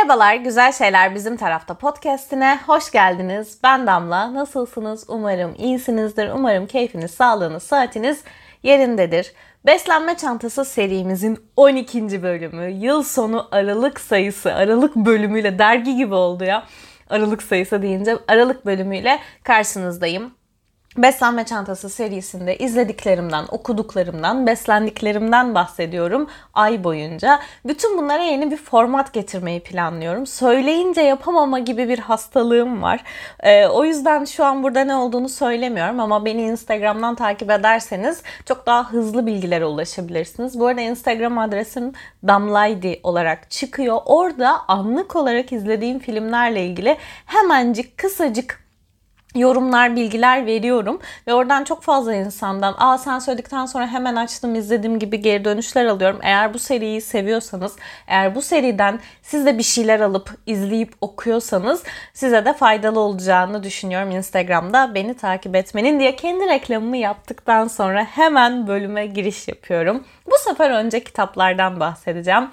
Merhabalar, Güzel Şeyler Bizim Tarafta podcastine hoş geldiniz. Ben Damla. Nasılsınız? Umarım iyisinizdir. Umarım keyfiniz, sağlığınız, saatiniz yerindedir. Beslenme Çantası serimizin 12. bölümü. Yıl sonu Aralık sayısı. Aralık bölümüyle dergi gibi oldu ya. Aralık sayısı deyince Aralık bölümüyle karşınızdayım. Beslenme Çantası serisinde izlediklerimden, okuduklarımdan, beslendiklerimden bahsediyorum ay boyunca. Bütün bunlara yeni bir format getirmeyi planlıyorum. Söyleyince yapamama gibi bir hastalığım var. O yüzden şu an burada ne olduğunu söylemiyorum ama beni Instagram'dan takip ederseniz çok daha hızlı bilgilere ulaşabilirsiniz. Bu arada Instagram adresim damlaydi olarak çıkıyor. Orada anlık olarak izlediğim filmlerle ilgili hemencik, kısacık yorumlar, bilgiler veriyorum ve oradan çok fazla insandan sen söyledikten sonra hemen açtım izledim gibi geri dönüşler alıyorum. Eğer bu seriyi seviyorsanız, eğer bu seriden siz de bir şeyler alıp izleyip okuyorsanız size de faydalı olacağını düşünüyorum. Instagram'da beni takip etmenin diye kendi reklamımı yaptıktan sonra hemen bölüme giriş yapıyorum. Bu sefer önce kitaplardan bahsedeceğim.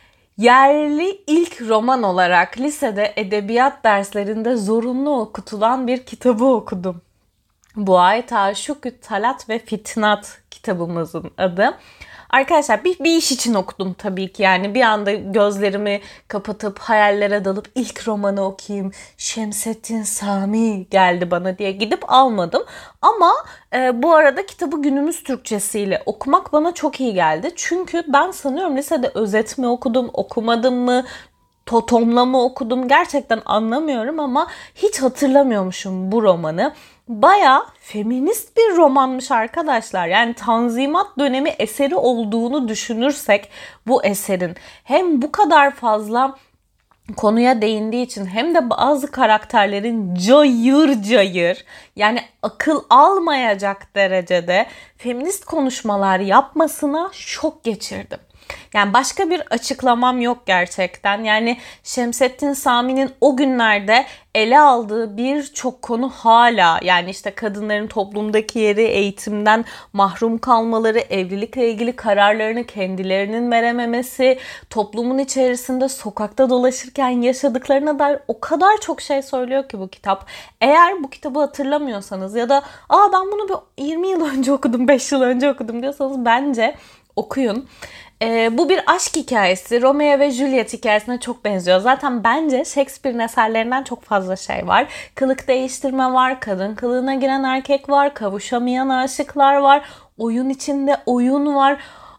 Yerli ilk roman olarak lisede edebiyat derslerinde zorunlu okutulan bir kitabı okudum. Bu ay Taşşukü Talat ve Fitnat kitabımızın adı. Arkadaşlar bir iş için okudum tabii ki, yani bir anda gözlerimi kapatıp hayallere dalıp ilk romanı okuyayım, Şemsettin Sami geldi bana diye gidip almadım. Ama bu arada kitabı günümüz Türkçesiyle okumak bana çok iyi geldi. Çünkü ben sanıyorum lisede özet mi okudum, okumadım mı, totomla mı okudum gerçekten anlamıyorum ama hiç hatırlamıyormuşum bu romanı. Bayağı feminist bir romanmış arkadaşlar. Yani Tanzimat dönemi eseri olduğunu düşünürsek bu eserin hem bu kadar fazla konuya değindiği için hem de bazı karakterlerin cayır cayır, yani akıl almayacak derecede feminist konuşmalar yapmasına şok geçirdim. Yani başka bir açıklamam yok gerçekten. Yani Şemsettin Sami'nin o günlerde ele aldığı birçok konu hala, yani işte kadınların toplumdaki yeri, eğitimden mahrum kalmaları, evlilikle ilgili kararlarını kendilerinin verememesi, toplumun içerisinde sokakta dolaşırken yaşadıklarına dair o kadar çok şey söylüyor ki bu kitap. Eğer bu kitabı hatırlamıyorsanız ya da ben bunu bir 20 yıl önce okudum, 5 yıl önce okudum diyorsanız bence okuyun. Bu bir aşk hikayesi. Romeo ve Juliet hikayesine çok benziyor. Zaten bence Shakespeare'in eserlerinden çok fazla şey var. Kılık değiştirme var, kadın kılığına giren erkek var, kavuşamayan aşıklar var, oyun içinde oyun var.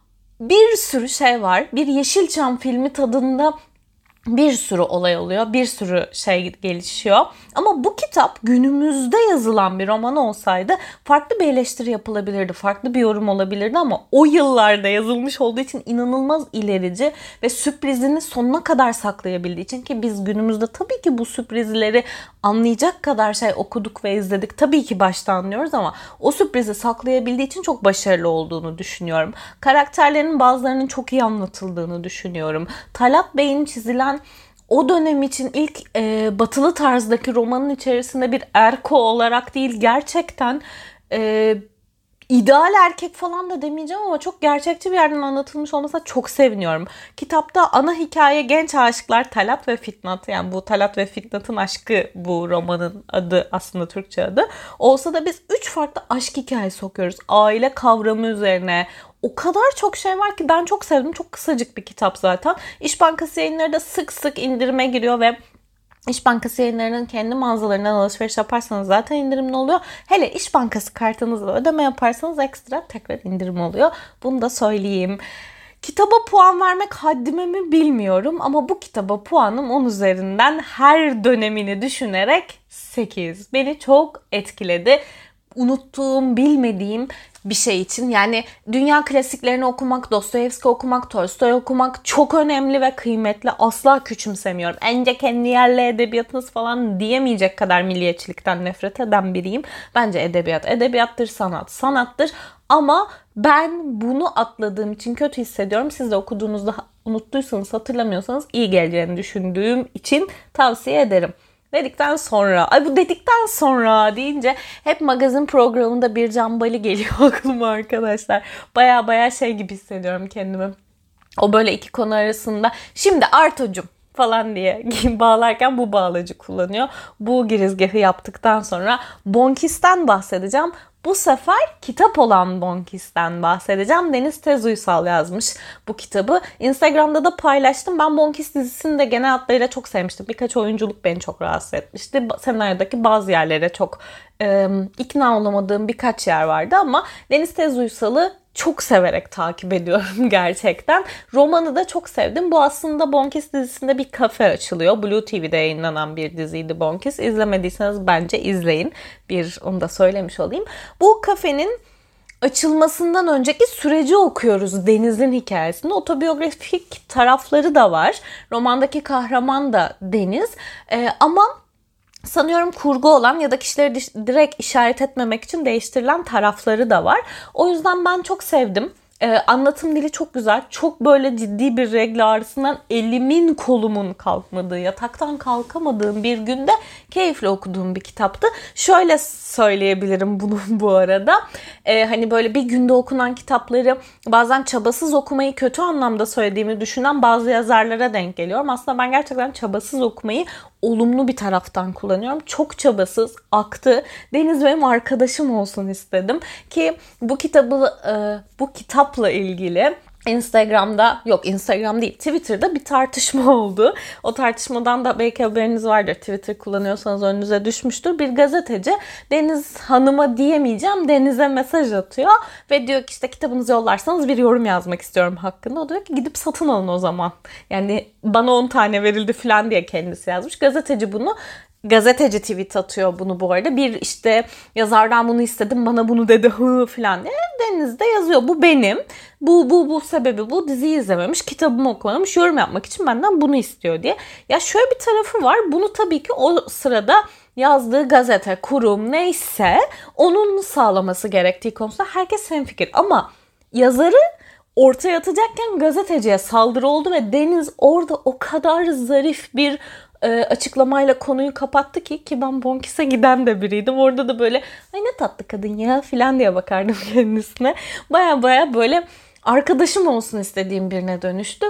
Bir sürü şey var. Bir Yeşilçam filmi tadında bir sürü olay oluyor, bir sürü şey gelişiyor. Ama bu kitap günümüzde yazılan bir roman olsaydı farklı bir eleştiri yapılabilirdi, farklı bir yorum olabilirdi ama o yıllarda yazılmış olduğu için inanılmaz ilerici ve sürprizini sonuna kadar saklayabildiği için, ki biz günümüzde tabii ki bu sürprizleri anlayacak kadar şey okuduk ve izledik. Tabii ki başta anlıyoruz ama o sürprizi saklayabildiği için çok başarılı olduğunu düşünüyorum. Karakterlerin bazılarının çok iyi anlatıldığını düşünüyorum. Talat Bey'in çizilen o dönem için ilk batılı tarzdaki romanın içerisinde bir erko olarak değil, gerçekten ideal erkek falan da demeyeceğim ama çok gerçekçi bir yerden anlatılmış olmasına çok seviniyorum. Kitapta ana hikaye genç aşıklar Talat ve Fitnat. Yani bu Talat ve Fitnat'ın aşkı bu romanın adı, aslında Türkçe adı. Olsa da biz 3 farklı aşk hikayesi okuyoruz. Aile kavramı üzerine. O kadar çok şey var ki ben çok sevdim. Çok kısacık bir kitap zaten. İş Bankası Yayınları da sık sık indirime giriyor ve İş Bankası Yayınları'nın kendi mağazalarından alışveriş yaparsanız zaten indirimli oluyor. Hele İş Bankası kartınızla ödeme yaparsanız ekstra tekrar indirim oluyor. Bunu da söyleyeyim. Kitaba puan vermek haddime mi bilmiyorum ama bu kitaba puanım 10 üzerinden her dönemini düşünerek 8. Beni çok etkiledi. Unuttuğum, bilmediğim bir şey için, yani dünya klasiklerini okumak, Dostoyevski okumak, Tolstoy okumak çok önemli ve kıymetli. Asla küçümsemiyorum. Ence kendi yerli edebiyatınız falan diyemeyecek kadar milliyetçilikten nefret eden biriyim. Bence edebiyat edebiyattır, sanat sanattır. Ama ben bunu atladığım için kötü hissediyorum. Siz de okuduğunuzda unuttuysanız, hatırlamıyorsanız iyi geleceğini düşündüğüm için tavsiye ederim. Dedikten sonra deyince hep magazin programında Bircan Bali geliyor aklıma arkadaşlar. Baya şey gibi hissediyorum kendimi. O böyle iki konu arasında. Şimdi Arto'cum falan diye bağlarken bu bağlacı kullanıyor. Bu girizgahı yaptıktan sonra Bonkis'ten bahsedeceğim. Bu sefer kitap olan Bonkis'ten bahsedeceğim. Deniz Tez Uysal yazmış bu kitabı. Instagram'da da paylaştım. Ben Bonkis dizisini de genel hatlarıyla çok sevmiştim. Birkaç oyunculuk beni çok rahatsız etmişti. Senaryodaki bazı yerlere çok ikna olamadığım birkaç yer vardı ama Deniz Tez Uysal'ı çok severek takip ediyorum gerçekten. Romanı da çok sevdim. Bu aslında Bonkis dizisinde bir kafe açılıyor. Blue TV'de yayınlanan bir diziydi Bonkis. İzlemediyseniz bence izleyin. Onu da söylemiş olayım. Bu kafenin açılmasından önceki süreci okuyoruz Deniz'in hikayesinde. Otobiyografik tarafları da var. Romandaki kahraman da Deniz. Ama sanıyorum kurgu olan ya da kişileri direkt işaret etmemek için değiştirilen tarafları da var. O yüzden ben çok sevdim. Anlatım dili çok güzel. Çok böyle ciddi bir regl ağrısından elimin kolumun kalkmadığı, yataktan kalkamadığım bir günde keyifle okuduğum bir kitaptı. Şöyle söyleyebilirim bunu bu arada. Hani böyle bir günde okunan kitapları bazen çabasız okumayı kötü anlamda söylediğimi düşünen bazı yazarlara denk geliyorum. Aslında ben gerçekten çabasız okumayı olumlu bir taraftan kullanıyorum. Çok çabasız, aktı. Deniz benim arkadaşım olsun istedim ki bu kitapla ilgili Instagram değil, Twitter'da bir tartışma oldu. O tartışmadan da belki haberiniz vardır. Twitter kullanıyorsanız önünüze düşmüştür. Bir gazeteci Deniz Hanım'a diyemeyeceğim, Deniz'e mesaj atıyor ve diyor ki işte kitabınızı yollarsanız bir yorum yazmak istiyorum hakkında. O diyor ki gidip satın alın o zaman. Yani bana 10 tane verildi falan diye kendisi yazmış. Gazeteci tweet atıyor bunu bu arada. Bir işte yazardan bunu istedim bana bunu dedi falan diye. Deniz'de yazıyor. Bu benim. Bu sebebi bu. Diziyi izlememiş, kitabımı okumamış, yorum yapmak için benden bunu istiyor diye. Ya şöyle bir tarafı var. Bunu tabii ki o sırada yazdığı gazete, kurum neyse onun sağlaması gerektiği konusunda herkes hemfikir. Ama yazarı ortaya atacakken gazeteciye saldırı oldu ve Deniz orada o kadar zarif bir açıklamayla konuyu kapattı ki ben Bonkis'e giden de biriydim. Orada da böyle ay ne tatlı kadın ya filan diye bakardım kendisine. Baya böyle arkadaşım olsun istediğim birine dönüştü.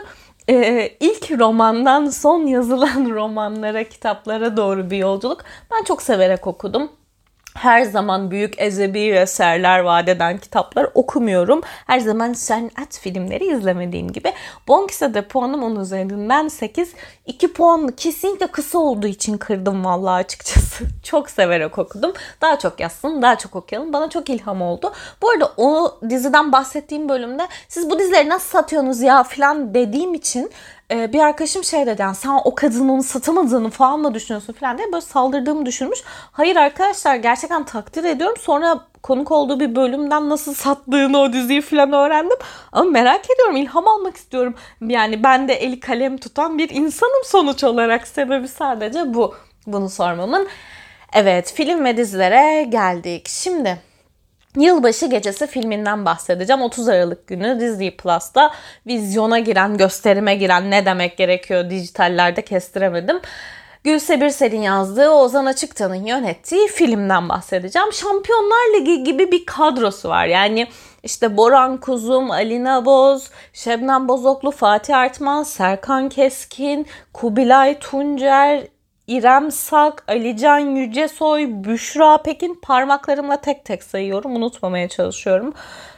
İlk romandan son yazılan romanlara, kitaplara doğru bir yolculuk. Ben çok severek okudum. Her zaman büyük edebi eserler vaat eden kitaplar okumuyorum. Her zaman sanat filmleri izlemediğim gibi. Bonkis'e de puanım 10 üzerinden 8. 2 puan kesinlikle kısa olduğu için kırdım vallahi açıkçası. Çok severek okudum. Daha çok yazsın, daha çok okuyalım. Bana çok ilham oldu. Bu arada o diziden bahsettiğim bölümde siz bu dizileri nasıl satıyorsunuz ya falan dediğim için bir arkadaşım şey dedi yani sen o kadının onu satamadığını falan mı düşünüyorsun falan diye böyle saldırdığımı düşünmüş. Hayır arkadaşlar gerçekten takdir ediyorum. Sonra konuk olduğu bir bölümden nasıl sattığını o diziyi falan öğrendim. Ama merak ediyorum, ilham almak istiyorum. Yani ben de eli kalem tutan bir insanım sonuç olarak. Sebebi sadece bu. Bunu sormamın. Evet, film ve dizilere geldik. Şimdi Yılbaşı Gecesi filminden bahsedeceğim. 30 Aralık günü Disney Plus'ta vizyona giren, gösterime giren, ne demek gerekiyor dijitallerde kestiremedim. Gülse Birsel'in yazdığı, Ozan Açıktan'ın yönettiği filmden bahsedeceğim. Şampiyonlar Ligi gibi bir kadrosu var. Yani işte Boran Kuzum, Alina Boz, Şebnem Bozoklu, Fatih Artman, Serkan Keskin, Kubilay Tuncer, İrem Sak, Alican Yücesoy, Büşra Pekin, parmaklarımla tek tek sayıyorum. Unutmamaya çalışıyorum.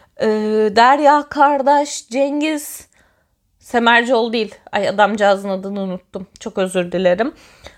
Derya Kardeş, Cengiz Semercioğlu değil. Ay adamcağızın adını unuttum. Çok özür dilerim.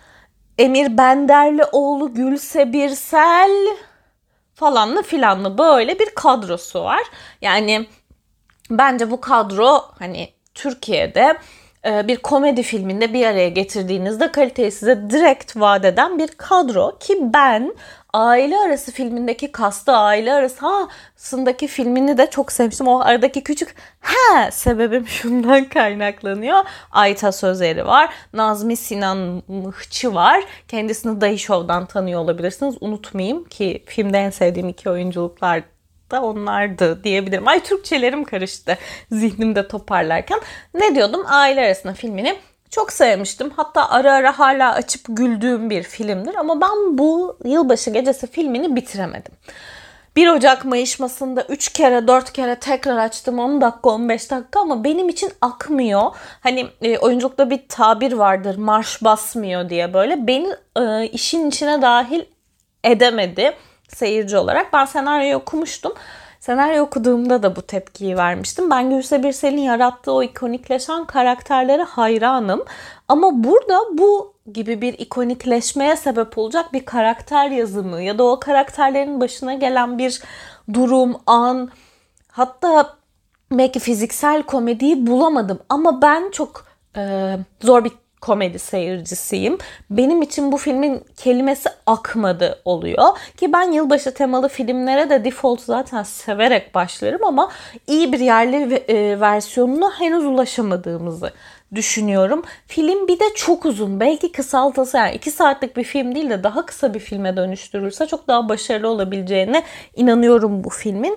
Emir Benderlioğlu, Gülse Birsel falanlı filanlı böyle bir kadrosu var. Yani bence bu kadro hani Türkiye'de bir komedi filminde bir araya getirdiğinizde kaliteyi size direkt vaat eden bir kadro ki ben Aile Arası filmindeki kastı, Aile Arası'ndaki filmini de çok sevmiştim. O aradaki küçük sebebim şundan kaynaklanıyor. Ayta Sözeri var. Nazmi Sinan Mıhçı var. Kendisini Dayı Show'dan tanıyor olabilirsiniz. Unutmayayım ki filmde en sevdiğim iki oyunculuklar da onlardı diyebilirim. Ay Türkçelerim karıştı zihnimde toparlarken. Ne diyordum? Aile Arasında filmini çok sevmiştim. Hatta ara ara hala açıp güldüğüm bir filmdir. Ama ben bu Yılbaşı Gecesi filmini bitiremedim. 1 Ocak mayışmasında 3 kere 4 kere tekrar açtım, 10 dakika 15 dakika, ama benim için akmıyor. Hani oyunculukta bir tabir vardır, marş basmıyor diye, böyle beni işin içine dahil edemedi seyirci olarak. Ben senaryoyu okumuştum. Senaryo okuduğumda da bu tepkiyi vermiştim. Ben Gülse Birsel'in yarattığı o ikonikleşen karakterlere hayranım. Ama burada bu gibi bir ikonikleşmeye sebep olacak bir karakter yazımı ya da o karakterlerin başına gelen bir durum, an, hatta belki fiziksel komediyi bulamadım. Ama ben çok zor bir komedi seyircisiyim. Benim için bu filmin kelimesi akmadı oluyor. Ki ben yılbaşı temalı filmlere de default zaten severek başlarım, ama iyi bir yerli versiyonuna henüz ulaşamadığımızı düşünüyorum. Film bir de çok uzun. Belki kısaltılsa, yani 2 saatlik bir film değil de daha kısa bir filme dönüştürülse çok daha başarılı olabileceğine inanıyorum bu filmin.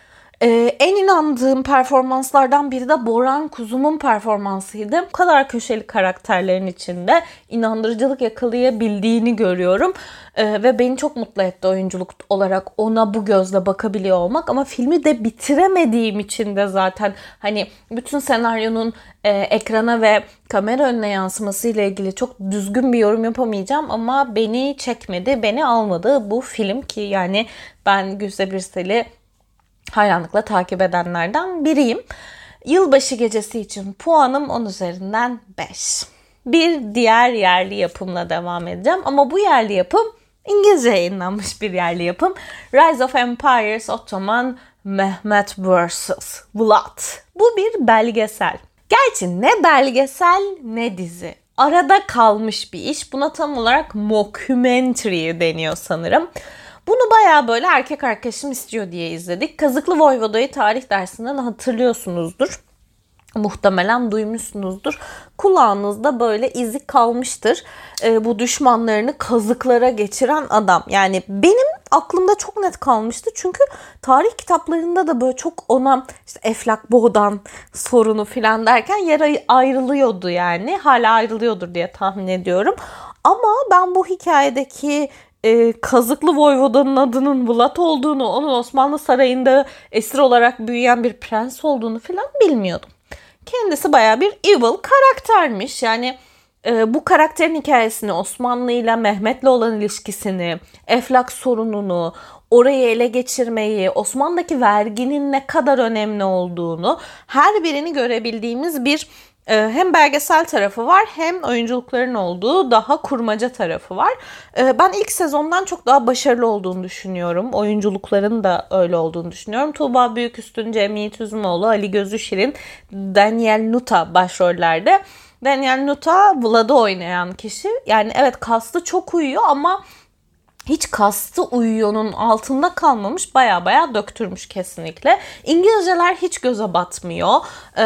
En inandığım performanslardan biri de Boran Kuzum'un performansıydı. Bu kadar köşeli karakterlerin içinde inandırıcılık yakalayabildiğini görüyorum. Ve beni çok mutlu etti oyunculuk olarak ona bu gözle bakabiliyor olmak. Ama filmi de bitiremediğim için de zaten hani bütün senaryonun ekrana ve kamera önüne yansıması ile ilgili çok düzgün bir yorum yapamayacağım. Ama beni çekmedi, beni almadı bu film, ki yani ben Gülse Birsel'i hayranlıkla takip edenlerden biriyim. Yılbaşı gecesi için puanım 10 üzerinden 5. Bir diğer yerli yapımla devam edeceğim. Ama bu yerli yapım İngilizce yayınlanmış bir yerli yapım. Rise of Empires Ottoman Mehmet vs. Vlad. Bu bir belgesel. Gerçi ne belgesel ne dizi. Arada kalmış bir iş. Buna tam olarak mockumentary deniyor sanırım. Bunu bayağı böyle erkek arkadaşım istiyor diye izledik. Kazıklı Voyvoda'yı tarih dersinden hatırlıyorsunuzdur. Muhtemelen duymuşsunuzdur. Kulağınızda böyle izi kalmıştır. Bu düşmanlarını kazıklara geçiren adam. Yani benim aklımda çok net kalmıştı. Çünkü tarih kitaplarında da böyle çok ona işte Eflak Boğdan sorunu filan derken yer ayrılıyordu yani. Hala ayrılıyordur diye tahmin ediyorum. Ama ben bu hikayedeki Kazıklı Voyvoda'nın adının Vlad olduğunu, onun Osmanlı Sarayı'nda esir olarak büyüyen bir prens olduğunu falan bilmiyordum. Kendisi bayağı bir evil karaktermiş. Yani bu karakterin hikayesini, Osmanlı ile Mehmet'le olan ilişkisini, Eflak sorununu, orayı ele geçirmeyi, Osmanlı'daki verginin ne kadar önemli olduğunu, her birini görebildiğimiz bir hem belgesel tarafı var, hem oyunculukların olduğu daha kurmaca tarafı var. Ben ilk sezondan çok daha başarılı olduğunu düşünüyorum. Oyunculukların da öyle olduğunu düşünüyorum. Tuğba Büyüküstün, Cem Yiğit Üzümoğlu, Ali Gözü Şirin, Daniel Nuta başrollerde. Daniel Nuta Vlad'ı oynayan kişi. Yani evet, kastı çok uyuyor ama hiç kastı uyuyonun altında kalmamış, baya döktürmüş kesinlikle. İngilizceler hiç göze batmıyor.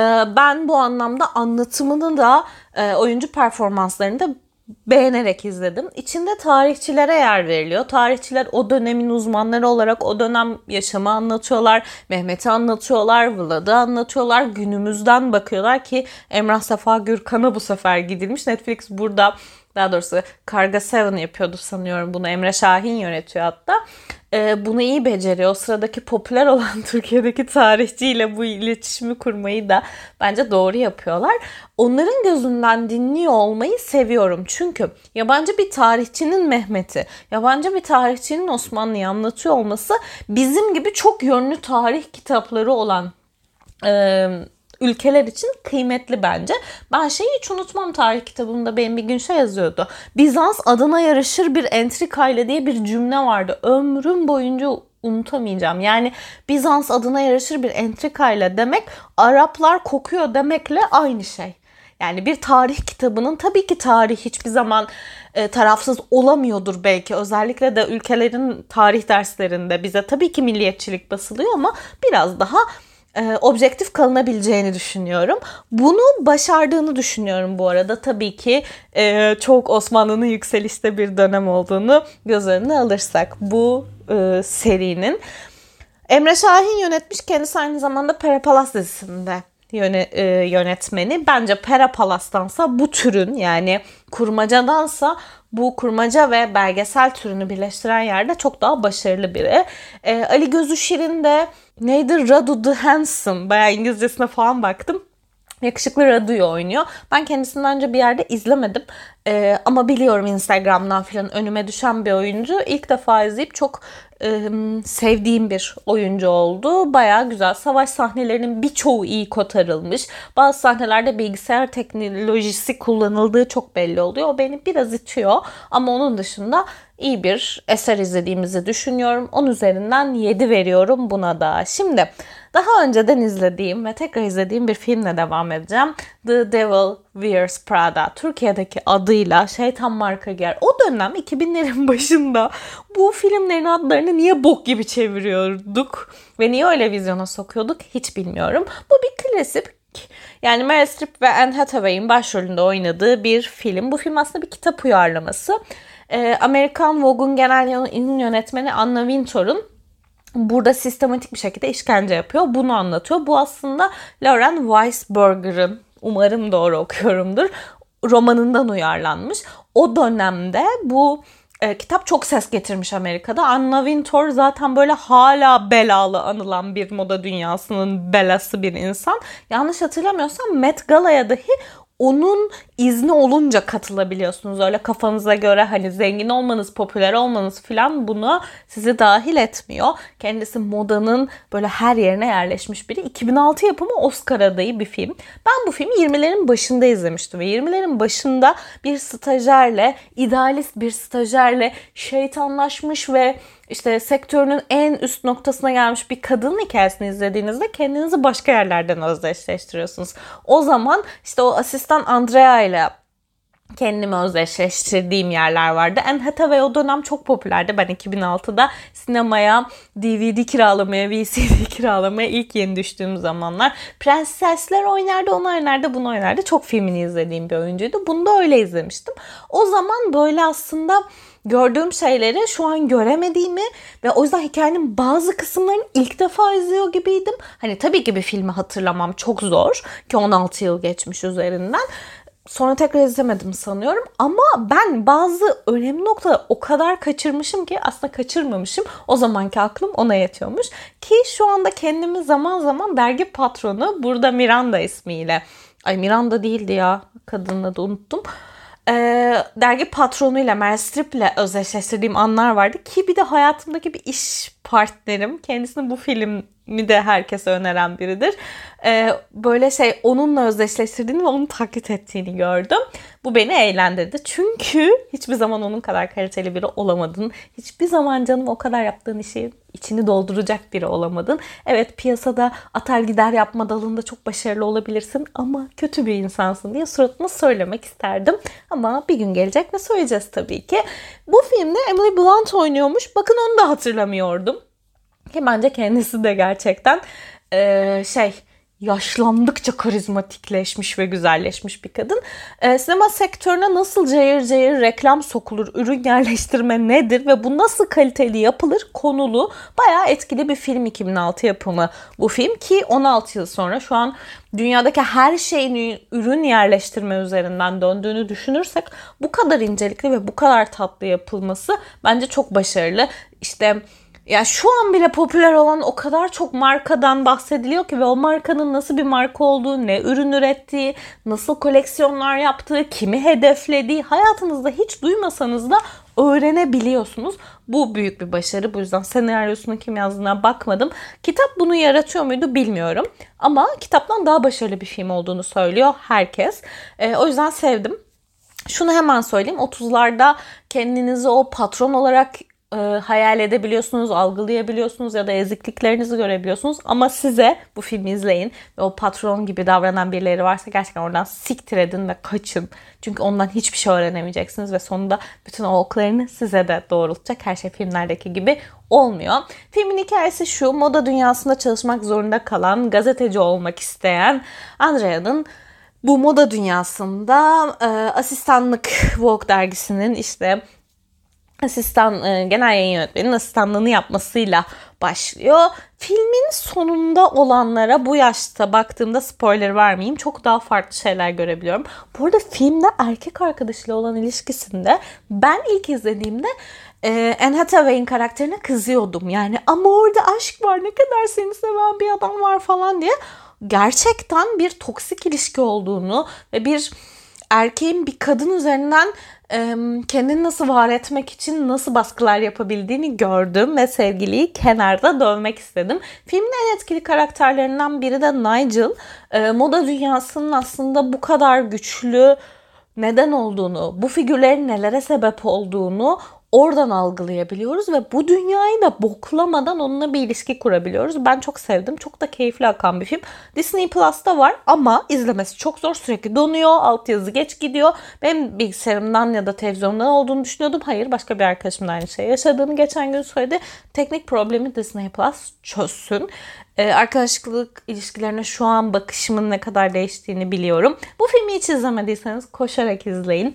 Ben bu anlamda anlatımını da oyuncu performanslarını da beğenerek izledim. İçinde tarihçilere yer veriliyor. Tarihçiler o dönemin uzmanları olarak o dönem yaşamı anlatıyorlar. Mehmet'i anlatıyorlar, Vlad'ı anlatıyorlar. Günümüzden bakıyorlar ki Emrah Safa Gürkan'a bu sefer gidilmiş. Netflix burada, daha doğrusu Karga 7 yapıyordu sanıyorum bunu. Emre Şahin yönetiyor hatta. Bunu iyi beceriyor. O sıradaki popüler olan Türkiye'deki tarihçiyle bu iletişimi kurmayı da bence doğru yapıyorlar. Onların gözünden dinliyor olmayı seviyorum. Çünkü yabancı bir tarihçinin Mehmet'i, yabancı bir tarihçinin Osmanlı'yı anlatıyor olması bizim gibi çok yönlü tarih kitapları olan ülkeler için kıymetli bence. Ben şeyi hiç unutmam, tarih kitabımda benim bir gün şey yazıyordu. Bizans adına yarışır bir entrikayla diye bir cümle vardı. Ömrüm boyunca unutamayacağım. Yani Bizans adına yarışır bir entrikayla demek, Araplar kokuyor demekle aynı şey. Yani bir tarih kitabının, tabii ki tarih hiçbir zaman tarafsız olamıyordur belki. Özellikle de ülkelerin tarih derslerinde bize tabii ki milliyetçilik basılıyor ama biraz daha objektif kalınabileceğini düşünüyorum. Bunu başardığını düşünüyorum bu arada. Tabii ki çok Osmanlı'nın yükselişte bir dönem olduğunu göz önüne alırsak bu serinin. Emre Şahin yönetmiş. Kendisi aynı zamanda Pera Palas dizisinde yönetmeni. Bence Pera Palas'tansa bu türün, yani kurmacadansa bu kurmaca ve belgesel türünü birleştiren yerde çok daha başarılı biri. Ali Gözü Şirin de neydi? Radu the Handsome. Bayağı İngilizcesine falan baktım. Yakışıklı Radu'yu oynuyor. Ben kendisini önce bir yerde izlemedim. Ama biliyorum, Instagram'dan falan önüme düşen bir oyuncu. İlk defa izleyip çok sevdiğim bir oyuncu oldu. Bayağı güzel. Savaş sahnelerinin birçoğu iyi kotarılmış. Bazı sahnelerde bilgisayar teknolojisi kullanıldığı çok belli oluyor. O beni biraz itiyor. Ama onun dışında iyi bir eser izlediğimizi düşünüyorum. 10 üzerinden 7 veriyorum buna da. Şimdi daha önceden izlediğim ve tekrar izlediğim bir filmle devam edeceğim. The Devil Wears Prada. Türkiye'deki adıyla Şeytan Marka Giyer. O dönem 2000'lerin başında bu filmlerin adlarını niye bok gibi çeviriyorduk ve niye öyle vizyona sokuyorduk hiç bilmiyorum. Bu bir klasik. Yani Meryl Streep ve Anne Hathaway'in başrolünde oynadığı bir film. Bu film aslında bir kitap uyarlaması. Amerikan Vogue'un genel yönetmeni Anna Wintour'un burada sistematik bir şekilde işkence yapıyor. Bunu anlatıyor. Bu aslında Lauren Weisberger'ın, umarım doğru okuyorumdur, romanından uyarlanmış. O dönemde bu kitap çok ses getirmiş Amerika'da. Anna Wintour zaten böyle hala belalı anılan bir moda dünyasının belası bir insan. Yanlış hatırlamıyorsam Met Gala'ya dahi onun izni olunca katılabiliyorsunuz. Öyle kafanıza göre hani zengin olmanız, popüler olmanız falan buna sizi dahil etmiyor. Kendisi modanın böyle her yerine yerleşmiş biri. 2006 yapımı Oscar adayı bir film. Ben bu filmi 20'lerin başında izlemiştim ve 20'lerin başında bir stajyerle, idealist bir stajyerle şeytanlaşmış ve işte sektörünün en üst noktasına gelmiş bir kadının hikayesini izlediğinizde kendinizi başka yerlerden özdeşleştiriyorsunuz. O zaman işte o asistan Andrea ile kendimi özdeşleştirdiğim yerler vardı. Anne Hathaway o dönem çok popülerdi. Ben 2006'da sinemaya DVD kiralamaya, VCD kiralamaya ilk yeni düştüğüm zamanlar. Prensesler oynardı, onu oynardı, bunu oynardı. Çok filmini izlediğim bir oyuncuydu. Bunu da öyle izlemiştim. O zaman böyle aslında gördüğüm şeyleri şu an göremediğimi ve o yüzden hikayenin bazı kısımlarını ilk defa izliyor gibiydim. Hani tabii ki bir filmi hatırlamam çok zor ki 16 yıl geçmiş üzerinden. Sonra tekrar izlemedim sanıyorum ama ben bazı önemli noktaları o kadar kaçırmışım ki aslında kaçırmamışım. O zamanki aklım ona yetiyormuş. Ki şu anda kendimi zaman zaman dergi patronu, burada Miranda ismiyle, ay Miranda değildi ya, kadının adı unuttum. Dergi patronuyla, Meryl Streep'le özdeşleştirdiğim anlar vardı ki bir de hayatımdaki bir iş partnerim. Kendisini bu filmi de herkese öneren biridir. Böyle onunla özdeşleştirdiğini ve onu taklit ettiğini gördüm. Bu beni eğlendirdi. Çünkü hiçbir zaman onun kadar kaliteli biri olamadın. Hiçbir zaman canım o kadar yaptığın işi içini dolduracak biri olamadın. Evet, piyasada atar gider yapma dalında çok başarılı olabilirsin ama kötü bir insansın diye suratına söylemek isterdim. Ama bir gün gelecek ve söyleyeceğiz tabii ki. Bu filmde Emily Blunt oynuyormuş. Bakın onu da hatırlamıyordum. Ki bence kendisi de gerçekten yaşlandıkça karizmatikleşmiş ve güzelleşmiş bir kadın. Sinema sektörüne nasıl cayır cayır reklam sokulur, ürün yerleştirme nedir ve bu nasıl kaliteli yapılır konulu bayağı etkili bir film. 2006 yapımı bu film ki 16 yıl sonra şu an dünyadaki her şeyin ürün yerleştirme üzerinden döndüğünü düşünürsek bu kadar incelikli ve bu kadar tatlı yapılması bence çok başarılı. İşte ya şu an bile popüler olan o kadar çok markadan bahsediliyor ki ve o markanın nasıl bir marka olduğu, ne ürün ürettiği, nasıl koleksiyonlar yaptığı, kimi hedeflediği hayatınızda hiç duymasanız da öğrenebiliyorsunuz. Bu büyük bir başarı. Bu yüzden senaryosunu kim yazdığına bakmadım. Kitap bunu yaratıyor muydu bilmiyorum. Ama kitaptan daha başarılı bir film olduğunu söylüyor herkes. O yüzden sevdim. Şunu hemen söyleyeyim. 30'larda kendinizi o patron olarak hayal edebiliyorsunuz, algılayabiliyorsunuz ya da ezikliklerinizi görebiliyorsunuz. Ama size bu filmi izleyin ve o patron gibi davranan birileri varsa gerçekten oradan siktir edin ve kaçın. Çünkü ondan hiçbir şey öğrenemeyeceksiniz ve sonunda bütün o oklarını size de doğrultacak. Her şey filmlerdeki gibi olmuyor. Filmin hikayesi şu: moda dünyasında çalışmak zorunda kalan, gazeteci olmak isteyen Andrea'nın bu moda dünyasında asistanlık, Vogue dergisinin işte genel yayın yönetmeninin asistanlığını yapmasıyla başlıyor. Filmin sonunda olanlara bu yaşta baktığımda, spoiler vermeyeyim, çok daha farklı şeyler görebiliyorum. Bu arada filmde erkek arkadaşıyla olan ilişkisinde ben ilk izlediğimde Anne Hathaway'in karakterine kızıyordum. Yani ama orada aşk var, ne kadar seni seven bir adam var falan diye. Gerçekten bir toksik ilişki olduğunu ve bir erkeğin bir kadın üzerinden kendini nasıl var etmek için nasıl baskılar yapabildiğini gördüm ve sevgiliyi kenarda dövmek istedim. Filmin en etkili karakterlerinden biri de Nigel. Moda dünyasının aslında bu kadar güçlü neden olduğunu, bu figürlerin nelere sebep olduğunu oradan algılayabiliyoruz ve bu dünyayı da boklamadan onunla bir ilişki kurabiliyoruz. Ben çok sevdim. Çok da keyifli akan bir film. Disney Plus'ta var ama izlemesi çok zor. Sürekli donuyor. Altyazı geç gidiyor. Benim bilgisayarımdan ya da televizyondan olduğunu düşünüyordum. Hayır, başka bir arkadaşım da aynı şey yaşadığını geçen gün söyledi. Teknik problemi Disney Plus çözsün. Arkadaşlık ilişkilerine şu an bakışımın ne kadar değiştiğini biliyorum. Bu filmi hiç izlemediyseniz koşarak izleyin.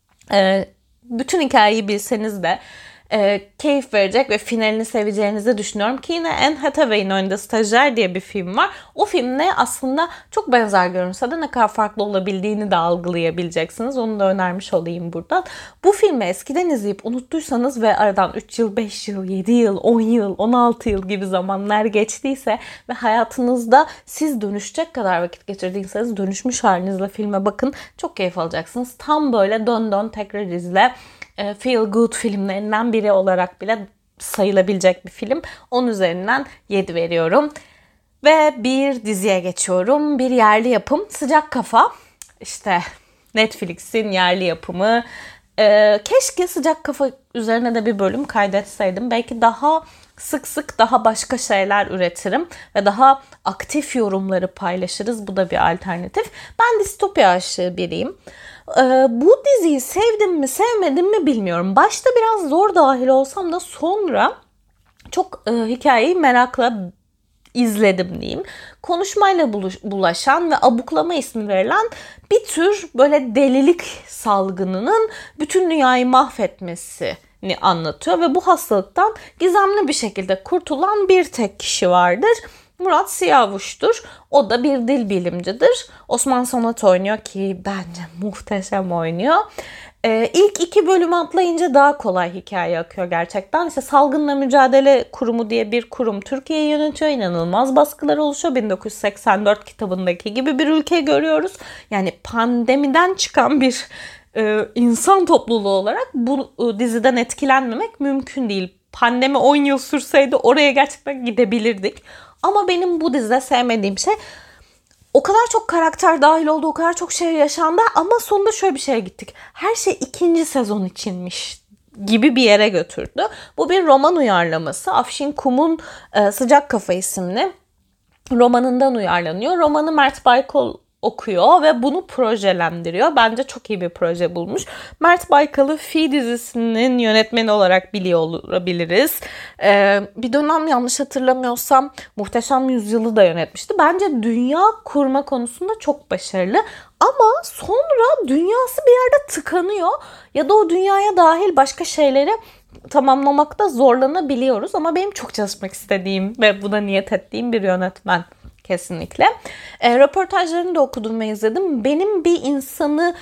Bütün hikayeyi bilseniz de keyif verecek ve finalini seveceğinizi düşünüyorum ki yine Anne Hathaway'in oynadığı Stajyer diye bir film var. O filmle aslında çok benzer görünse de ne kadar farklı olabildiğini de algılayabileceksiniz. Onu da önermiş olayım buradan. Bu filmi eskiden izleyip unuttuysanız ve aradan 3 yıl, 5 yıl, 7 yıl, 10 yıl, 16 yıl gibi zamanlar geçtiyse ve hayatınızda siz dönüşecek kadar vakit geçirdiyseniz dönüşmüş halinizle filme bakın. Çok keyif alacaksınız. Tam böyle dön dön tekrar izle. Feel good filmlerinden biri olarak bile sayılabilecek bir film. 10 üzerinden 7 veriyorum. Ve bir diziye geçiyorum. Bir yerli yapım, Sıcak Kafa. İşte Netflix'in yerli yapımı. Keşke Sıcak Kafa üzerine de bir bölüm kaydetseydim. Belki daha sık sık daha başka şeyler üretirim ve daha aktif yorumları paylaşırız. Bu da bir alternatif. Ben distopya aşığı biriyim. Bu diziyi sevdim mi sevmedim mi bilmiyorum. Başta biraz zor dahil olsam da sonra çok hikayeyi merakla izledim diyeyim. Konuşmayla bulaşan ve abuklama ismi verilen bir tür böyle delilik salgınının bütün dünyayı mahvetmesini anlatıyor ve bu hastalıktan gizemli bir şekilde kurtulan bir tek kişi vardır. Murat Siyavuş'tur. O da bir dil bilimcidir. Osman Sonat oynuyor ki bence muhteşem oynuyor. İlk 2 bölümü atlayınca daha kolay hikaye akıyor gerçekten. İşte Salgınla Mücadele Kurumu diye bir kurum Türkiye'yi yönetiyor. İnanılmaz baskılar oluşuyor. 1984 kitabındaki gibi bir ülke görüyoruz. Yani pandemiden çıkan bir insan topluluğu olarak bu diziden etkilenmemek mümkün değil. Pandemi 10 yıl sürseydi oraya gerçekten gidebilirdik. Ama benim bu dizide sevmediğim şey, o kadar çok karakter dahil oldu, o kadar çok şey yaşandı ama sonunda şöyle bir şeye gittik. Her şey 2. sezon içinmiş gibi bir yere götürdü. Bu bir roman uyarlaması. Afşin Kum'un Sıcak Kafa isimli romanından uyarlanıyor. Romanı Mert Baykal okuyor ve bunu projelendiriyor. Bence çok iyi bir proje bulmuş. Mert Baykal'ı Fi dizisinin yönetmeni olarak biliyor olabiliriz. Bir dönem yanlış hatırlamıyorsam Muhteşem Yüzyıl'ı da yönetmişti. Bence dünya kurma konusunda çok başarılı. Ama sonra dünyası bir yerde tıkanıyor ya da o dünyaya dahil başka şeyleri tamamlamakta zorlanabiliyoruz. Ama benim çok çalışmak istediğim ve buna niyet ettiğim bir yönetmen. Kesinlikle. Röportajlarını da okudum ve izledim. Benim bir insanı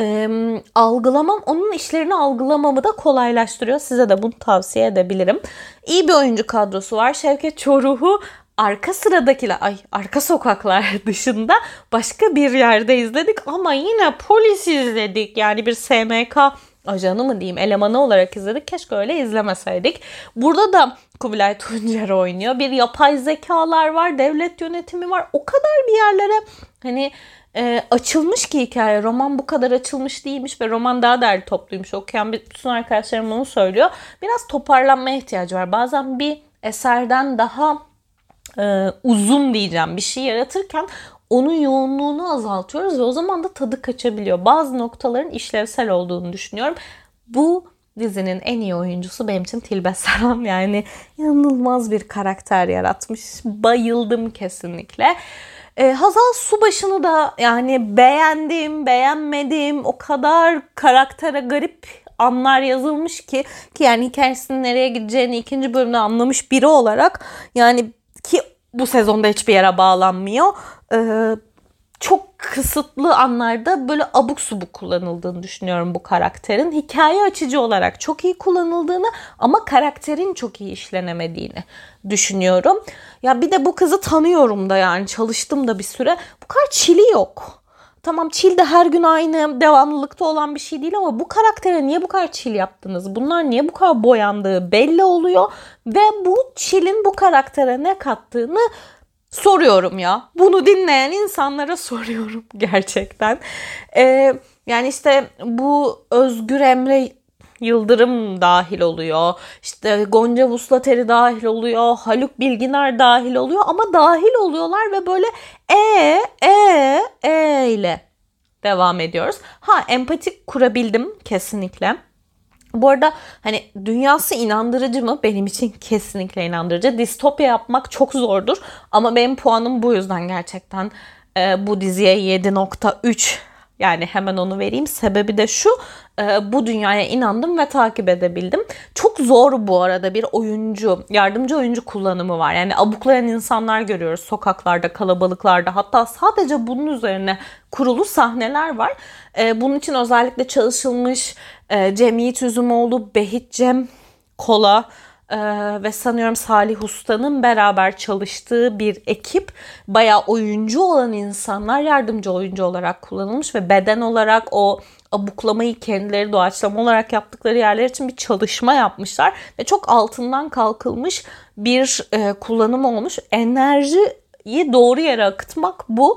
algılamam, onun işlerini algılamamı da kolaylaştırıyor. Size de bunu tavsiye edebilirim. İyi bir oyuncu kadrosu var. Şevket Çoruh'u arka sokaklar dışında başka bir yerde izledik ama yine polis izledik. Yani bir SMK ajanı mı diyeyim, elemanı olarak izledik. Keşke öyle izlemeseydik. Burada da Kubilay Tuncer oynuyor. Bir yapay zekalar var, devlet yönetimi var. O kadar bir yerlere açılmış ki hikaye. Roman bu kadar açılmış değilmiş ve roman daha derli topluymuş. Okuyan bütün arkadaşlarım onu söylüyor. Biraz toparlanmaya ihtiyacı var. Bazen bir eserden daha uzun diyeceğim bir şey yaratırken onun yoğunluğunu azaltıyoruz ve o zaman da tadı kaçabiliyor. Bazı noktaların işlevsel olduğunu düşünüyorum. Bu dizinin en iyi oyuncusu benim için Tilbe Saran. Yani inanılmaz bir karakter yaratmış. Bayıldım kesinlikle. Hazal Subaşı'nı da yani beğendim, beğenmedim. O kadar karaktere garip anlar yazılmış ki yani hikayesinin nereye gideceğini ikinci bölümde anlamış biri olarak, yani ki bu sezonda hiçbir yere bağlanmıyor. Çok kısıtlı anlarda böyle abuk subuk kullanıldığını düşünüyorum bu karakterin. Hikaye açıcı olarak çok iyi kullanıldığını ama karakterin çok iyi işlenemediğini düşünüyorum. Ya bir de bu kızı tanıyorum da, yani çalıştım da bir süre. Bu kadar çili yok. Tamam, çil de her gün aynı devamlılıkta olan bir şey değil ama bu karaktere niye bu kadar çil yaptınız? Bunlar niye bu kadar boyandığı belli oluyor. Ve bu çilin bu karaktere ne kattığını soruyorum ya. Bunu dinleyen insanlara soruyorum gerçekten. Yani işte bu Özgür Emre Yıldırım dahil oluyor. İşte Gonca Vuslateri dahil oluyor. Haluk Bilginer dahil oluyor. Ama dahil oluyorlar ve böyle ile devam ediyoruz. Empati kurabildim kesinlikle. Bu arada hani dünyası inandırıcı mı? Benim için kesinlikle inandırıcı. Distopya yapmak çok zordur. Ama benim puanım bu yüzden gerçekten bu diziye 7.3. Yani hemen onu vereyim. Sebebi de şu. Bu dünyaya inandım ve takip edebildim. Çok zor bu arada bir yardımcı oyuncu kullanımı var. Yani abuklayan insanlar görüyoruz sokaklarda, kalabalıklarda. Hatta sadece bunun üzerine kurulu sahneler var. Bunun için özellikle çalışılmış Cem Yiğit Üzümoğlu, Behit Cem Kola ve sanıyorum Salih Usta'nın beraber çalıştığı bir ekip, bayağı oyuncu olan insanlar yardımcı oyuncu olarak kullanılmış ve beden olarak o abuklamayı kendileri doğaçlama olarak yaptıkları yerler için bir çalışma yapmışlar ve çok altından kalkılmış bir kullanım olmuş. Enerjiyi doğru yere akıtmak bu.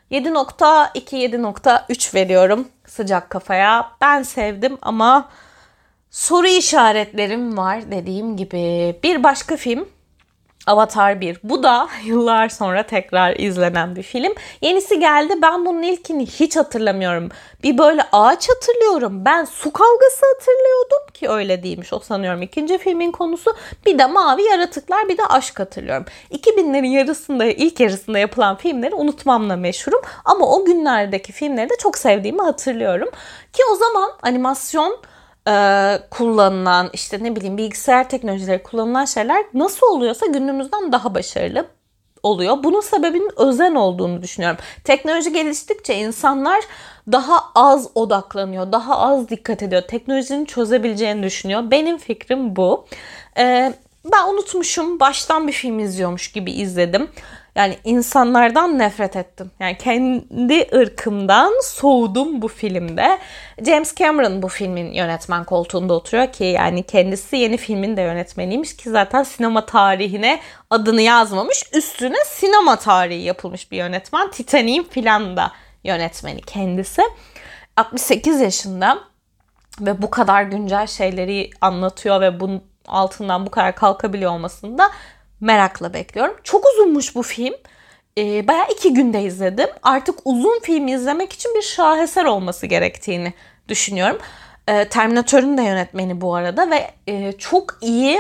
7.2-7.3 veriyorum sıcak kafaya. Ben sevdim ama soru işaretlerim var dediğim gibi. Bir başka film Avatar 1. Bu da yıllar sonra tekrar izlenen bir film. Yenisi geldi. Ben bunun ilkini hiç hatırlamıyorum. Bir böyle ağaç hatırlıyorum. Ben su kavgası hatırlıyordum ki öyle değilmiş. O sanıyorum ikinci filmin konusu. Bir de mavi yaratıklar, bir de aşk hatırlıyorum. 2000'lerin ilk yarısında yapılan filmleri unutmamla meşhurum. Ama o günlerdeki filmleri de çok sevdiğimi hatırlıyorum. Ki o zaman animasyon kullanılan, işte ne bileyim bilgisayar teknolojileri kullanılan şeyler nasıl oluyorsa günümüzden daha başarılı oluyor. Bunun sebebinin özen olduğunu düşünüyorum. Teknoloji geliştikçe insanlar daha az odaklanıyor, daha az dikkat ediyor. Teknolojinin çözebileceğini düşünüyor. Benim fikrim bu. Ben unutmuşum, baştan bir film izliyormuş gibi izledim. Yani insanlardan nefret ettim. Yani kendi ırkımdan soğudum bu filmde. James Cameron bu filmin yönetmen koltuğunda oturuyor ki yani kendisi yeni filmin de yönetmeniymiş ki zaten sinema tarihine adını yazmamış. Üstüne sinema tarihi yapılmış bir yönetmen. Titanic'in filan da yönetmeni kendisi. 68 yaşında ve bu kadar güncel şeyleri anlatıyor ve bunun altından bu kadar kalkabiliyor olmasını da merakla bekliyorum. Çok uzunmuş bu film. Bayağı 2 günde izledim. Artık uzun film izlemek için bir şaheser olması gerektiğini düşünüyorum. Terminator'un da yönetmeni bu arada ve çok iyi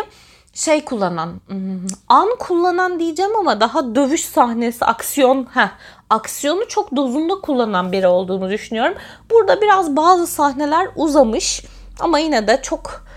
kullanan diyeceğim ama daha dövüş sahnesi, aksiyonu çok dozunda kullanan biri olduğunu düşünüyorum. Burada biraz bazı sahneler uzamış ama yine de çok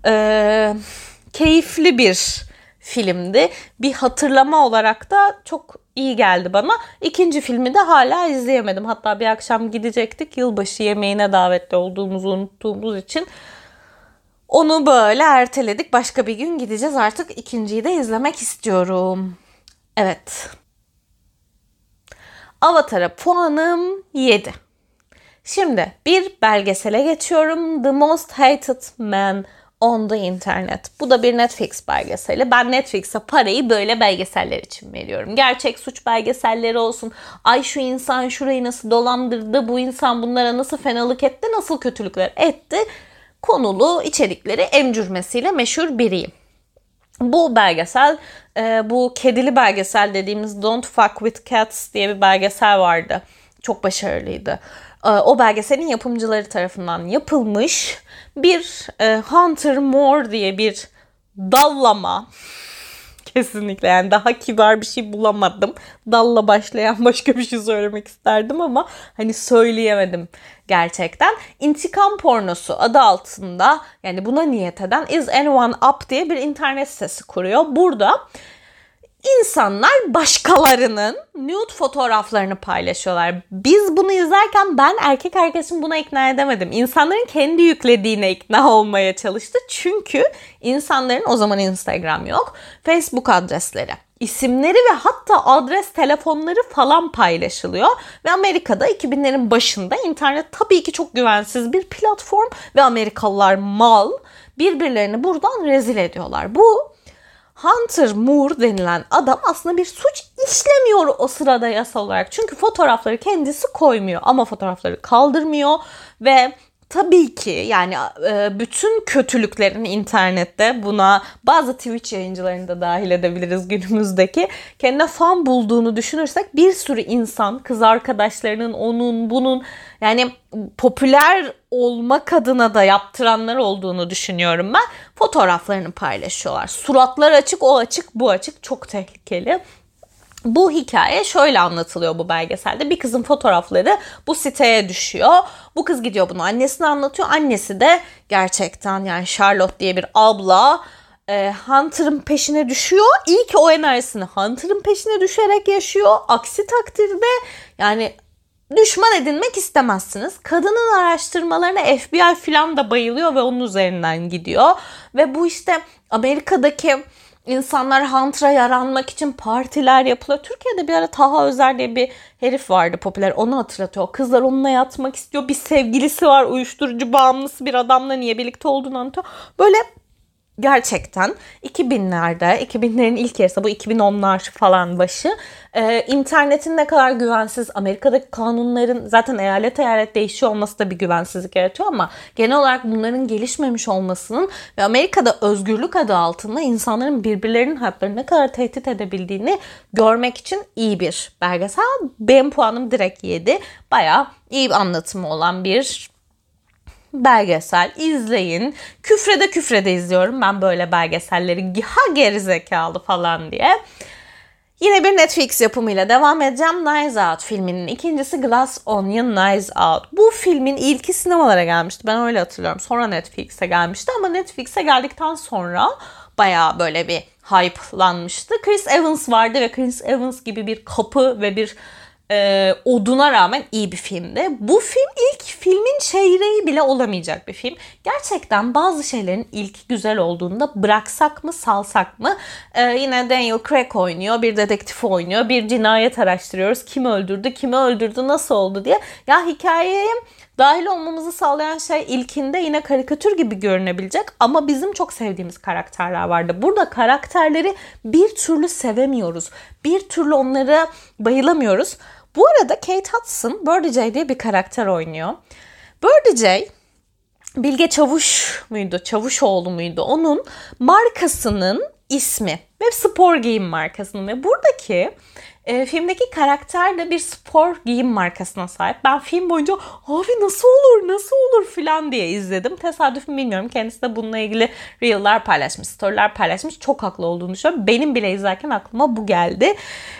keyifli bir filmdi. Bir hatırlama olarak da çok iyi geldi bana. İkinci filmi de hala izleyemedim. Hatta bir akşam gidecektik. Yılbaşı yemeğine davetli olduğumuzu unuttuğumuz için onu böyle erteledik. Başka bir gün gideceğiz. Artık ikinciyi de izlemek istiyorum. Evet. Avatar'a puanım 7. Şimdi bir belgesele geçiyorum. The Most Hated Man on the Internet. Bu da bir Netflix belgeseli. Ben Netflix'e parayı böyle belgeseller için veriyorum. Gerçek suç belgeselleri olsun. Ay şu insan şurayı nasıl dolandırdı, bu insan bunlara nasıl fenalık etti, nasıl kötülükler etti. Konulu içerikleri emcürmesiyle meşhur biriyim. Bu belgesel, bu kedili belgesel dediğimiz Don't Fuck With Cats diye bir belgesel vardı. Çok başarılıydı. O belgeselin yapımcıları tarafından yapılmış bir Hunter Moore diye bir dallama, Kesinlikle, yani daha kibar bir şey bulamadım. Dalla başlayan başka bir şey söylemek isterdim ama hani söyleyemedim gerçekten. İntikam pornosu adı altında, yani buna niyet eden Is Anyone Up diye bir internet sitesi kuruyor. Burada İnsanlar başkalarının nude fotoğraflarını paylaşıyorlar. Biz bunu izlerken ben erkek arkadaşım buna ikna edemedim. İnsanların kendi yüklediğine ikna olmaya çalıştı. Çünkü insanların, o zaman Instagram yok, Facebook adresleri, isimleri ve hatta adres telefonları falan paylaşılıyor. Ve Amerika'da 2000'lerin başında internet tabii ki çok güvensiz bir platform ve Amerikalılar mal, birbirlerini buradan rezil ediyorlar. Bu Hunter Moore denilen adam aslında bir suç işlemiyor o sırada yasal olarak. Çünkü fotoğrafları kendisi koymuyor ama fotoğrafları kaldırmıyor ve tabii ki yani bütün kötülüklerin internette, buna bazı Twitch yayıncılarını da dahil edebiliriz günümüzdeki, kendine fan bulduğunu düşünürsek bir sürü insan, kız arkadaşlarının, onun bunun, yani popüler olmak adına da yaptıranlar olduğunu düşünüyorum ben. Fotoğraflarını paylaşıyorlar. Suratlar açık, o açık, bu açık. Çok tehlikeli. Bu hikaye şöyle anlatılıyor bu belgeselde. Bir kızın fotoğrafları bu siteye düşüyor. Bu kız gidiyor bunu annesine anlatıyor. Annesi de gerçekten, yani Charlotte diye bir abla, Hunter'ın peşine düşüyor. İyi ki o enerjisini Hunter'ın peşine düşerek yaşıyor. Aksi takdirde yani düşman edinmek istemezsiniz. Kadının araştırmalarına FBI falan da bayılıyor ve onun üzerinden gidiyor. Ve bu işte Amerika'daki insanlar Hunter'a yaranmak için partiler yapılıyor. Türkiye'de bir ara Taha Özer diye bir herif vardı popüler. Onu hatırlatıyor. Kızlar onunla yatmak istiyor. Bir sevgilisi var. Uyuşturucu bağımlısı bir adamla niye birlikte olduğunu anlatıyor. Böyle gerçekten 2000'lerin ilk yarısı, bu 2010'lar falan başı, internetin ne kadar güvensiz, Amerika'daki kanunların zaten eyalet eyalet değişiyor olması da bir güvensizlik yaratıyor ama genel olarak bunların gelişmemiş olmasının ve Amerika'da özgürlük adı altında insanların birbirlerinin hayatlarını ne kadar tehdit edebildiğini görmek için iyi bir belgesel. Benim puanım direkt 7. Bayağı iyi bir anlatımı olan bir belgesel. İzleyin. Küfrede izliyorum ben böyle belgeselleri. Ha gerizekalı falan diye. Yine bir Netflix yapımıyla devam edeceğim. Knives Out filminin ikincisi Glass Onion Knives Out. Bu filmin ilki sinemalara gelmişti. Ben öyle hatırlıyorum. Sonra Netflix'e gelmişti ama Netflix'e geldikten sonra bayağı böyle bir hype'lanmıştı. Chris Evans vardı ve Chris Evans gibi bir kapı ve bir oduna rağmen iyi bir filmdi. Bu film ilk filmin çeyreği bile olamayacak bir film. Gerçekten bazı şeylerin ilk güzel olduğunda bıraksak mı salsak mı? Yine Daniel Craig oynuyor, bir dedektif oynuyor, bir cinayet araştırıyoruz. Kimi öldürdü, nasıl oldu diye. Ya hikayeye dahil olmamızı sağlayan şey ilkinde yine karikatür gibi görünebilecek ama bizim çok sevdiğimiz karakterler vardı. Burada karakterleri bir türlü sevemiyoruz. Bir türlü onlara bayılamıyoruz. Bu arada Kate Hudson, Birdie J diye bir karakter oynuyor. Birdie J, Bilge Çavuşoğlu muydu? Onun markasının ismi ve spor giyim markasının ve buradaki filmdeki karakter de bir spor giyim markasına sahip. Ben film boyunca abi nasıl olur falan diye izledim. Tesadüf mü bilmiyorum. Kendisi de bununla ilgili reel'lar paylaşmış, story'ler paylaşmış. Çok haklı olduğunu düşünüyorum. Benim bile izlerken aklıma bu geldi.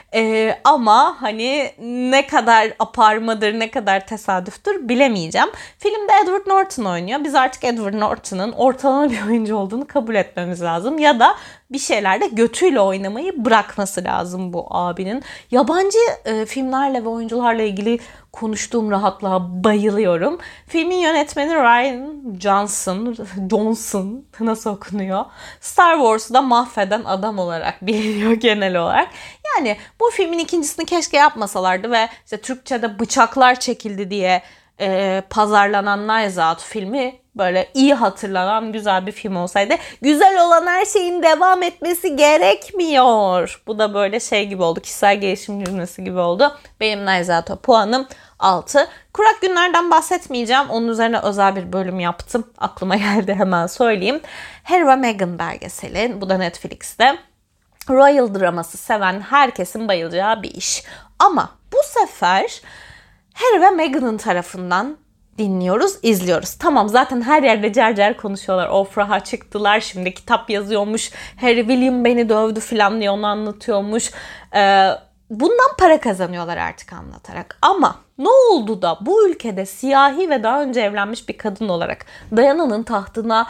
Ama hani ne kadar aparmadır, ne kadar tesadüftür bilemeyeceğim. Filmde Edward Norton oynuyor. Biz artık Edward Norton'ın ortalama bir oyuncu olduğunu kabul etmemiz lazım. Ya da bir şeylerde götüyle oynamayı bırakması lazım bu abinin. Yabancı filmlerle ve oyuncularla ilgili konuştuğum rahatlığa bayılıyorum. Filmin yönetmeni Ryan Johnson nasıl okunuyor? Star Wars'u da mahveden adam olarak biliniyor genel olarak. Yani bu filmin ikincisini keşke yapmasalardı ve işte Türkçe'de bıçaklar çekildi diye pazarlanan Knives Out filmi böyle iyi hatırlanan güzel bir film olsaydı. Güzel olan her şeyin devam etmesi gerekmiyor. Bu da böyle şey gibi oldu. Kişisel gelişim cümlesi gibi oldu. Benim Knives Out'a puanım 6. Kurak günlerden bahsetmeyeceğim. Onun üzerine özel bir bölüm yaptım. Aklıma geldi, hemen söyleyeyim. Harry ve Meghan belgeseli. Bu da Netflix'te. Royal draması seven herkesin bayılacağı bir iş. Ama bu sefer Harry ve Meghan'ın tarafından dinliyoruz, izliyoruz. Tamam, zaten her yerde cer cer konuşuyorlar. Oprah'a çıktılar, şimdi kitap yazıyormuş. Harry William beni dövdü falan diye onu anlatıyormuş. Bundan para kazanıyorlar artık anlatarak. Ama ne oldu da bu ülkede siyahi ve daha önce evlenmiş bir kadın olarak Diana'nın tahtına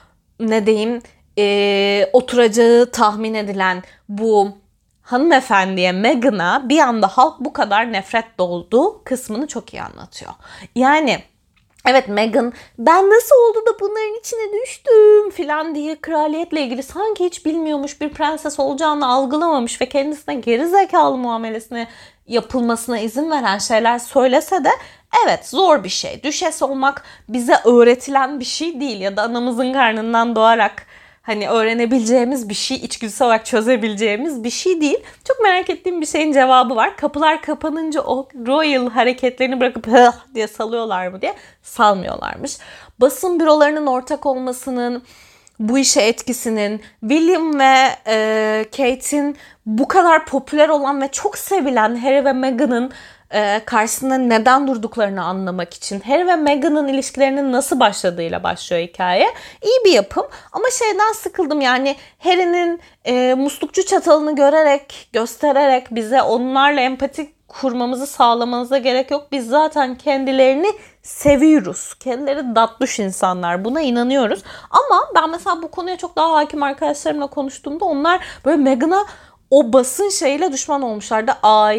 oturacağı tahmin edilen bu hanımefendiye, Meghan'a bir anda halk bu kadar nefret doldu kısmını çok iyi anlatıyor. Yani evet, Meghan ben nasıl oldu da bunların içine düştüm falan diye kraliyetle ilgili sanki hiç bilmiyormuş, bir prenses olacağını algılamamış ve kendisine geri zekalı muamelesine yapılmasına izin veren şeyler söylese de evet, zor bir şey. Düşes olmak bize öğretilen bir şey değil ya da anamızın karnından doğarak hani öğrenebileceğimiz bir şey, içgüdüsel olarak çözebileceğimiz bir şey değil. Çok merak ettiğim bir şeyin cevabı var. Kapılar kapanınca o royal hareketlerini bırakıp diye salıyorlar mı diye, salmıyorlarmış. Basın bürolarının ortak olmasının, bu işe etkisinin, William ve Kate'in bu kadar popüler olan ve çok sevilen Harry ve Meghan'ın karşısında neden durduklarını anlamak için, Harry ve Meghan'ın ilişkilerinin nasıl başladığıyla başlıyor hikaye. İyi bir yapım ama şeyden sıkıldım, yani Harry'nin muslukçu çatalını göstererek bize onlarla empati kurmamızı sağlamanıza gerek yok. Biz zaten kendilerini seviyoruz. Kendileri tatlış insanlar. Buna inanıyoruz. Ama ben mesela bu konuya çok daha hakim arkadaşlarımla konuştuğumda onlar böyle Meghan'a o basın şeyiyle düşman olmuşlardı.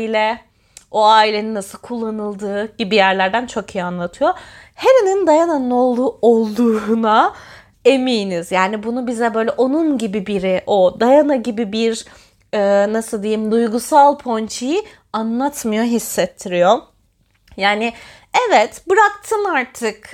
O ailenin nasıl kullanıldığı gibi yerlerden çok iyi anlatıyor. Harry'nin Diana'nın oğlu olduğuna eminiz. Yani bunu bize böyle onun gibi biri, o Diana gibi bir nasıl diyeyim, duygusal ponçiyi anlatmıyor, hissettiriyor. Yani evet, bıraktın artık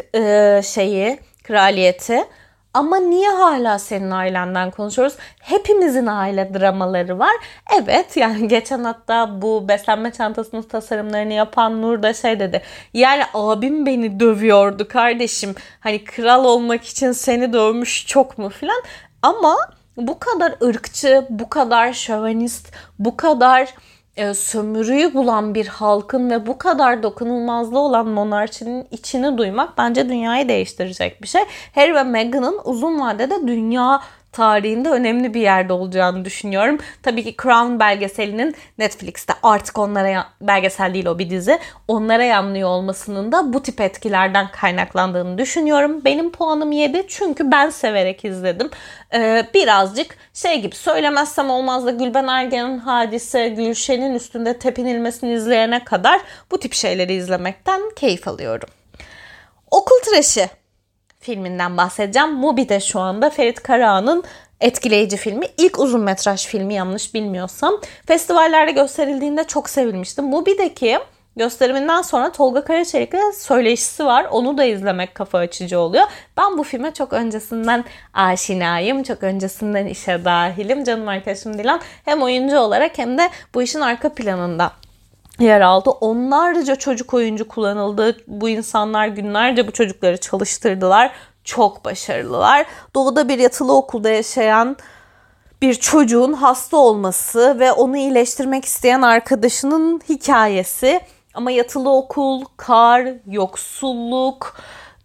kraliyeti. Ama niye hala senin ailenden konuşuyoruz? Hepimizin aile dramaları var. Evet, yani geçen hatta bu beslenme çantasının tasarımlarını yapan Nur da dedi. Yani abim beni dövüyordu kardeşim. Hani kral olmak için seni dövmüş çok mu filan. Ama bu kadar ırkçı, bu kadar şövenist, bu kadar sömürüyü bulan bir halkın ve bu kadar dokunulmazlığı olan monarşinin içini duymak bence dünyayı değiştirecek bir şey. Harry ve Meghan'ın uzun vadede dünya tarihinde önemli bir yerde olacağını düşünüyorum. Tabii ki Crown belgeselinin Netflix'te artık onlara, belgesel değil o bir dizi, onlara yanlıyor olmasının da bu tip etkilerden kaynaklandığını düşünüyorum. Benim puanım 7 çünkü ben severek izledim. Birazcık gibi, söylemezsem olmaz da Gülben Ergen'in Hadise, Gülşen'in üstünde tepinilmesini izleyene kadar bu tip şeyleri izlemekten keyif alıyorum. Okul Tıraşı filminden bahsedeceğim. Mubi'de şu anda Ferit Karahan'ın etkileyici filmi. İlk uzun metraj filmi yanlış bilmiyorsam. Festivallerde gösterildiğinde çok sevilmişti. Mubi'deki gösteriminden sonra Tolga Karaçelik'le söyleşisi var. Onu da izlemek kafa açıcı oluyor. Ben bu filme çok öncesinden aşinayım. Çok öncesinden işe dahilim. Canım arkadaşım Dilan hem oyuncu olarak hem de bu işin arka planında yer aldı. Onlarca çocuk oyuncu kullanıldı. Bu insanlar günlerce bu çocukları çalıştırdılar. Çok başarılılar. Doğuda bir yatılı okulda yaşayan bir çocuğun hasta olması ve onu iyileştirmek isteyen arkadaşının hikayesi. Ama yatılı okul, kar, yoksulluk,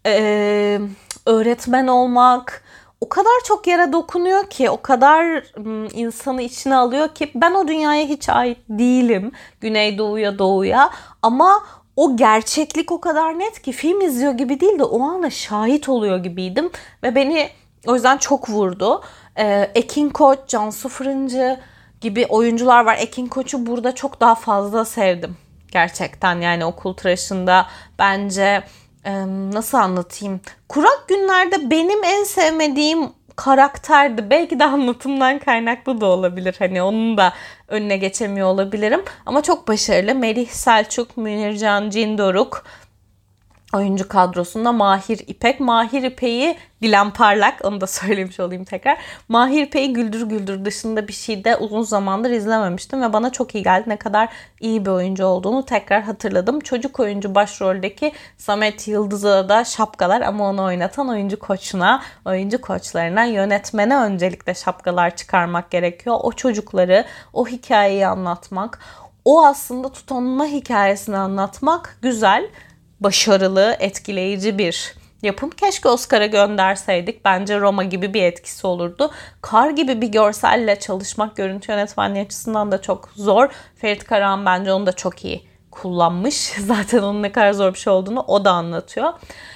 öğretmen olmak o kadar çok yere dokunuyor ki, o kadar insanı içine alıyor ki ben o dünyaya hiç ait değilim. Güneydoğu'ya, Doğu'ya, ama o gerçeklik o kadar net ki film izliyor gibi değil de o anda şahit oluyor gibiydim ve beni o yüzden çok vurdu. Ekin Koç, Cansu Fırıncı gibi oyuncular var. Ekin Koç'u burada çok daha fazla sevdim. Gerçekten yani Okul Tıraşı'nda bence nasıl anlatayım? Kurak Günler'de benim en sevmediğim karakterdi. Belki de anlatımdan kaynaklı da olabilir. Hani onun da önüne geçemiyor olabilirim. Ama çok başarılı. Melih Selçuk, Münircan Cindoruk oyuncu kadrosunda Mahir İpek. Mahir İpek'i Dilan Parlak, onu da söylemiş olayım tekrar. Mahir İpek'i Güldür Güldür dışında bir şey de uzun zamandır izlememiştim ve bana çok iyi geldi. Ne kadar iyi bir oyuncu olduğunu tekrar hatırladım. Çocuk oyuncu başroldeki Samet Yıldız'a da şapkalar, ama onu oynatan oyuncu koçlarına, yönetmene öncelikle şapkalar çıkarmak gerekiyor. O çocukları, o hikayeyi anlatmak, o aslında tutunma hikayesini anlatmak güzel. başarılı, etkileyici bir yapım. Keşke Oscar'a gönderseydik. Bence Roma gibi bir etkisi olurdu. Kar gibi bir görselle çalışmak görüntü yönetmenliği açısından da çok zor. Ferit Karahan bence onu da çok iyi kullanmış. Zaten onun ne kadar zor bir şey olduğunu o da anlatıyor.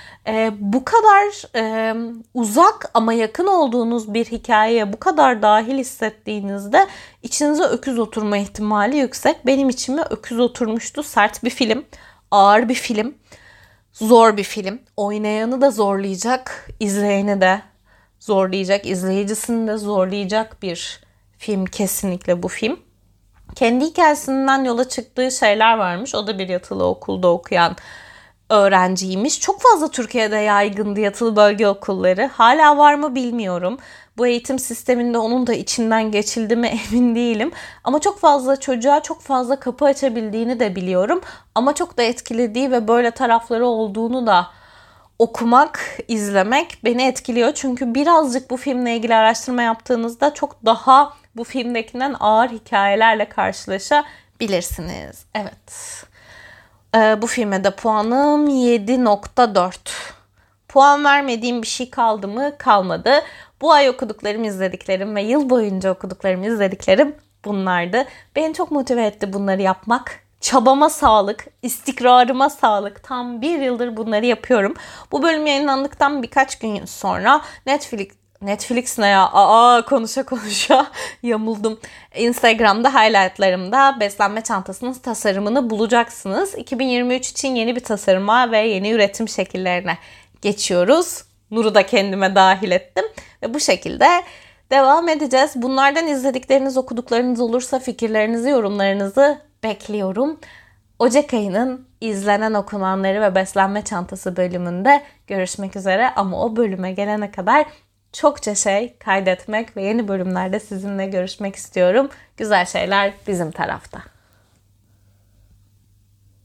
Bu kadar uzak ama yakın olduğunuz bir hikayeye bu kadar dahil hissettiğinizde içinize öküz oturma ihtimali yüksek. Benim içime öküz oturmuştu. Sert bir film, ağır bir film, zor bir film. Oynayanı da zorlayacak, izleyeni de zorlayacak, izleyicisini de zorlayacak bir film kesinlikle bu film. Kendi hikayesinden yola çıktığı şeyler varmış. O da bir yatılı okulda okuyan öğrenciymiş. Çok fazla Türkiye'de yaygındı yatılı bölge okulları. Hala var mı bilmiyorum. Bu eğitim sisteminde onun da içinden geçildi mi emin değilim. Ama çok fazla çocuğa çok fazla kapı açabildiğini de biliyorum. Ama çok da etkilediği ve böyle tarafları olduğunu da okumak, izlemek beni etkiliyor. Çünkü birazcık bu filmle ilgili araştırma yaptığınızda çok daha bu filmdekinden ağır hikayelerle karşılaşabilirsiniz. Evet. Bu filme de puanım 7.4. Puan vermediğim bir şey kaldı mı? Kalmadı. Bu ay okuduklarım, izlediklerim ve yıl boyunca okuduklarım, izlediklerim bunlardı. Beni çok motive etti bunları yapmak. Çabama sağlık, istikrarıma sağlık. Tam bir yıldır bunları yapıyorum. Bu bölüm yayınlandıktan birkaç gün sonra Netflix ne ya? Konuşa yamuldum. Instagram'da highlightlarımda beslenme çantasının tasarımını bulacaksınız. 2023 için yeni bir tasarıma ve yeni üretim şekillerine geçiyoruz. Nur'u da kendime dahil ettim. Ve bu şekilde devam edeceğiz. Bunlardan izledikleriniz, okuduklarınız olursa fikirlerinizi, yorumlarınızı bekliyorum. Ocak ayının izlenen okunanları ve beslenme çantası bölümünde görüşmek üzere. Ama o bölüme gelene kadar çokça şey kaydetmek ve yeni bölümlerde sizinle görüşmek istiyorum. Güzel şeyler bizim tarafta.